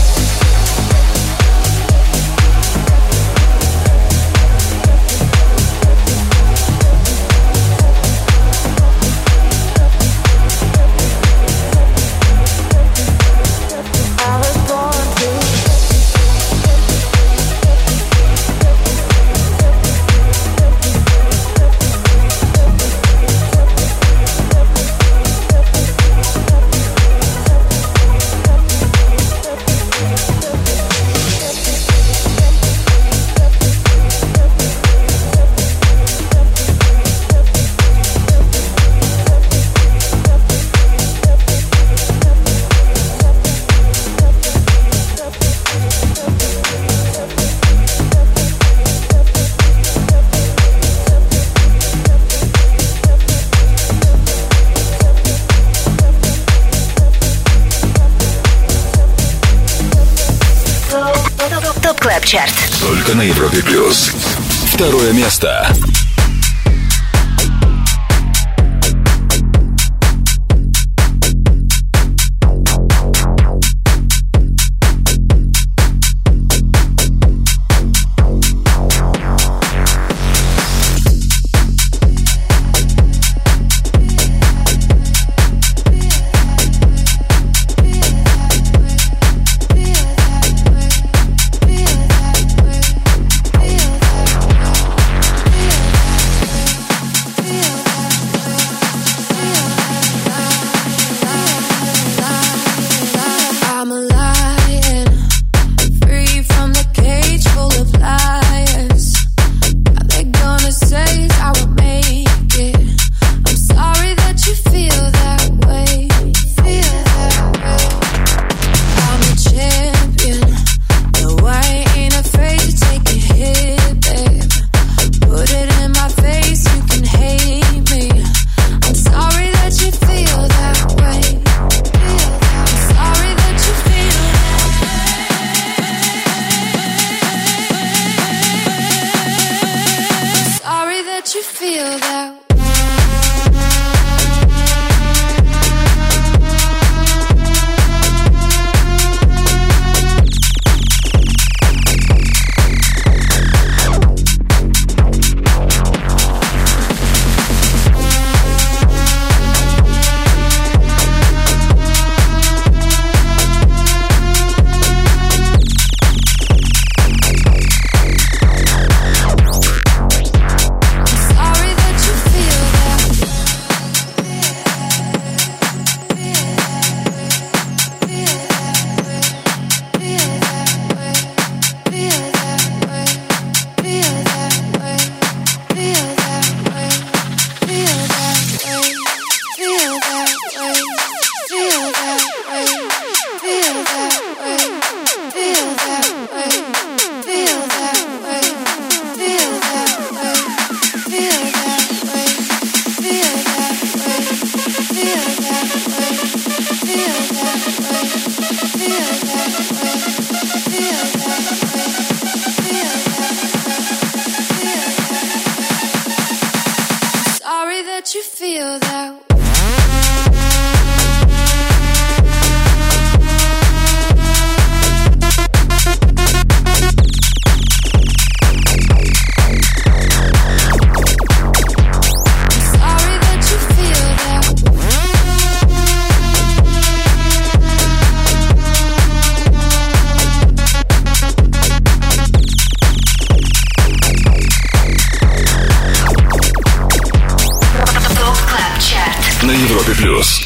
ТОП КЛАБ ЧАРТ. Только на Европе Плюс. Второе место.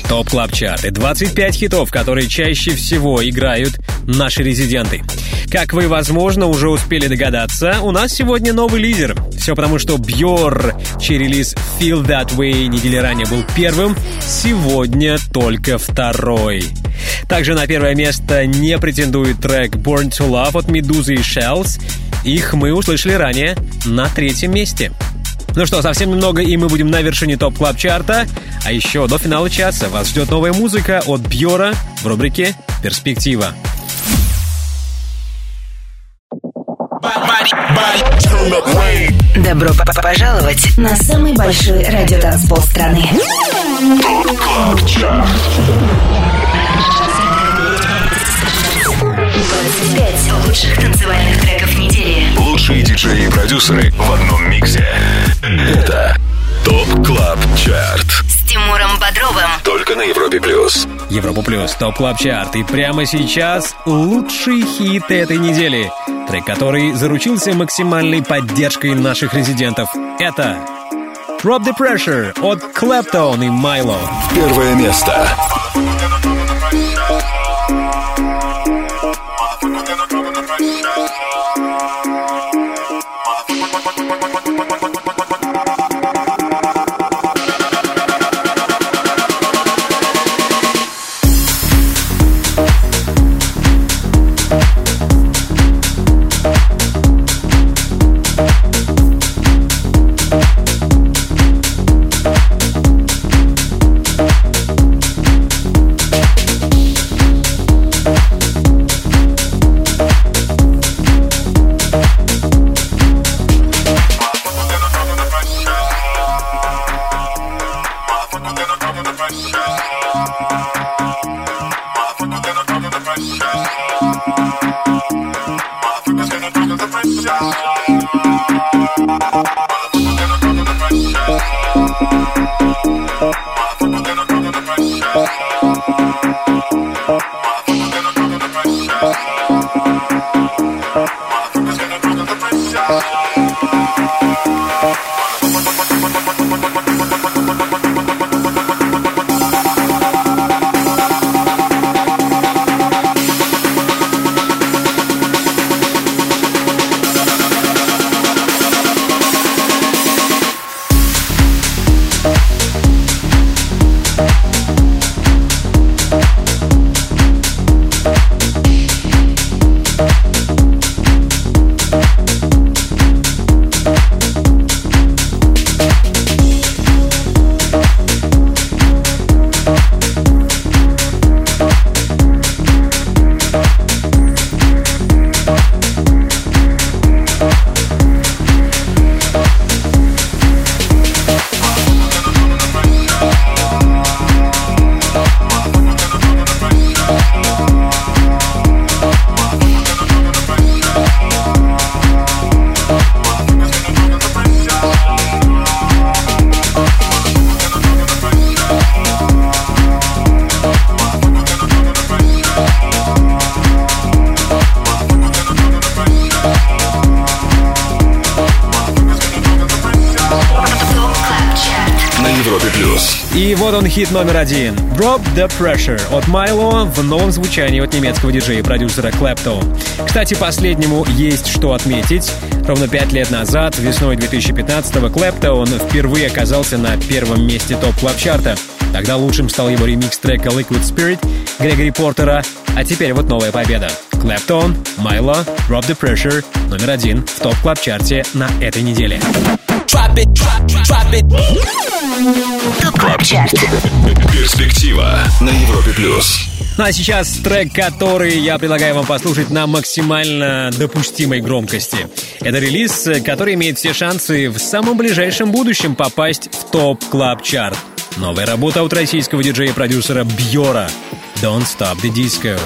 ТОП Клаб Чарт. 25 хитов, которые чаще всего играют наши резиденты. Как вы, возможно, уже успели догадаться, у нас сегодня новый лидер. Все потому, что Бьор, чей релиз Feel That Way недели ранее был первым, сегодня только второй. Также на первое место не претендует трек Born to Love от Медузы и Shells. Их мы услышали ранее на третьем месте. Ну что, совсем немного, и мы будем на вершине ТОП Клаб Чарта. А еще до финала часа вас ждет новая музыка от Бьора в рубрике «Перспектива». Добро пожаловать на самый большой радиотанцпол страны. ТОП Клаб Чарт. 25 лучших танцевальных треков недели. Лучшие диджеи и продюсеры в одном миксе. Это ТОП Клаб Чарт. С Тимуром Бодровым. Только на Европе Плюс. Европа Плюс, ТОП Клаб Чарт. И прямо сейчас лучший хит этой недели. Трек, который заручился максимальной поддержкой наших резидентов. Это Drop the Pressure от Clapton и Майло. Первое место. И вот он, хит номер один. Drop the Pressure от Майло в новом звучании от немецкого диджея и продюсера Clapton. Кстати, последнему есть что отметить. Ровно 5 лет назад, весной 2015-го, Clapton впервые оказался на первом месте топ-клаб-чарта. Тогда лучшим стал его ремикс трека Liquid Spirit Грегори Портера. А теперь вот новая победа. Clapton, Майло, Drop the Pressure, номер один в топ-клаб-чарте на этой неделе. Drop it, drop it. ТОП-клаб-чарт. Перспектива на Европе Плюс. Ну а сейчас трек, который я предлагаю вам послушать на максимально допустимой громкости. Это релиз, который имеет все шансы в самом ближайшем будущем попасть в топ-клаб-чарт. Новая работа от российского диджея и продюсера Бьора. Don't Stop the Disco.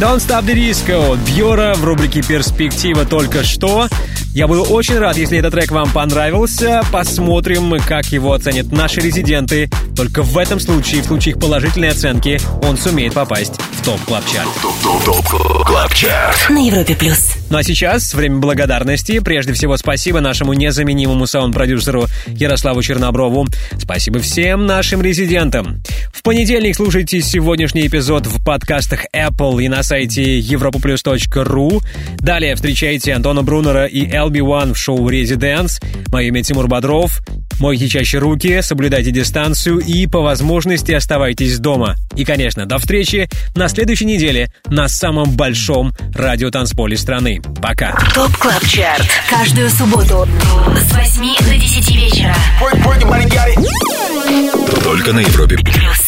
Don't Stop the Disco, Бьора в рубрике «Перспектива» только что. Я буду очень рад, если этот трек вам понравился. Посмотрим, как его оценят наши резиденты. Только в этом случае, в случае их положительной оценки, он сумеет попасть в ТОП-клаб-чарт. ТОП-клаб-чарт на Европе плюс. Ну а сейчас время благодарности. Прежде всего, спасибо нашему незаменимому саунд-продюсеру Ярославу Черноброву. Спасибо всем нашим резидентам. В понедельник слушайте сегодняшний эпизод в подкастах Apple и на сайте europaplus.ru. Далее встречайте Антона Брунера и LB1 в шоу «Резиденс». Мое имя Тимур Бодров. Мойте чаще руки, соблюдайте дистанцию и, по возможности, оставайтесь дома. И, конечно, до встречи на следующей неделе на самом большом радиотанцполе страны. Пока. ТОП Клаб Чарт. Каждую субботу с 8 до 10 вечера. Только на Европе плюс.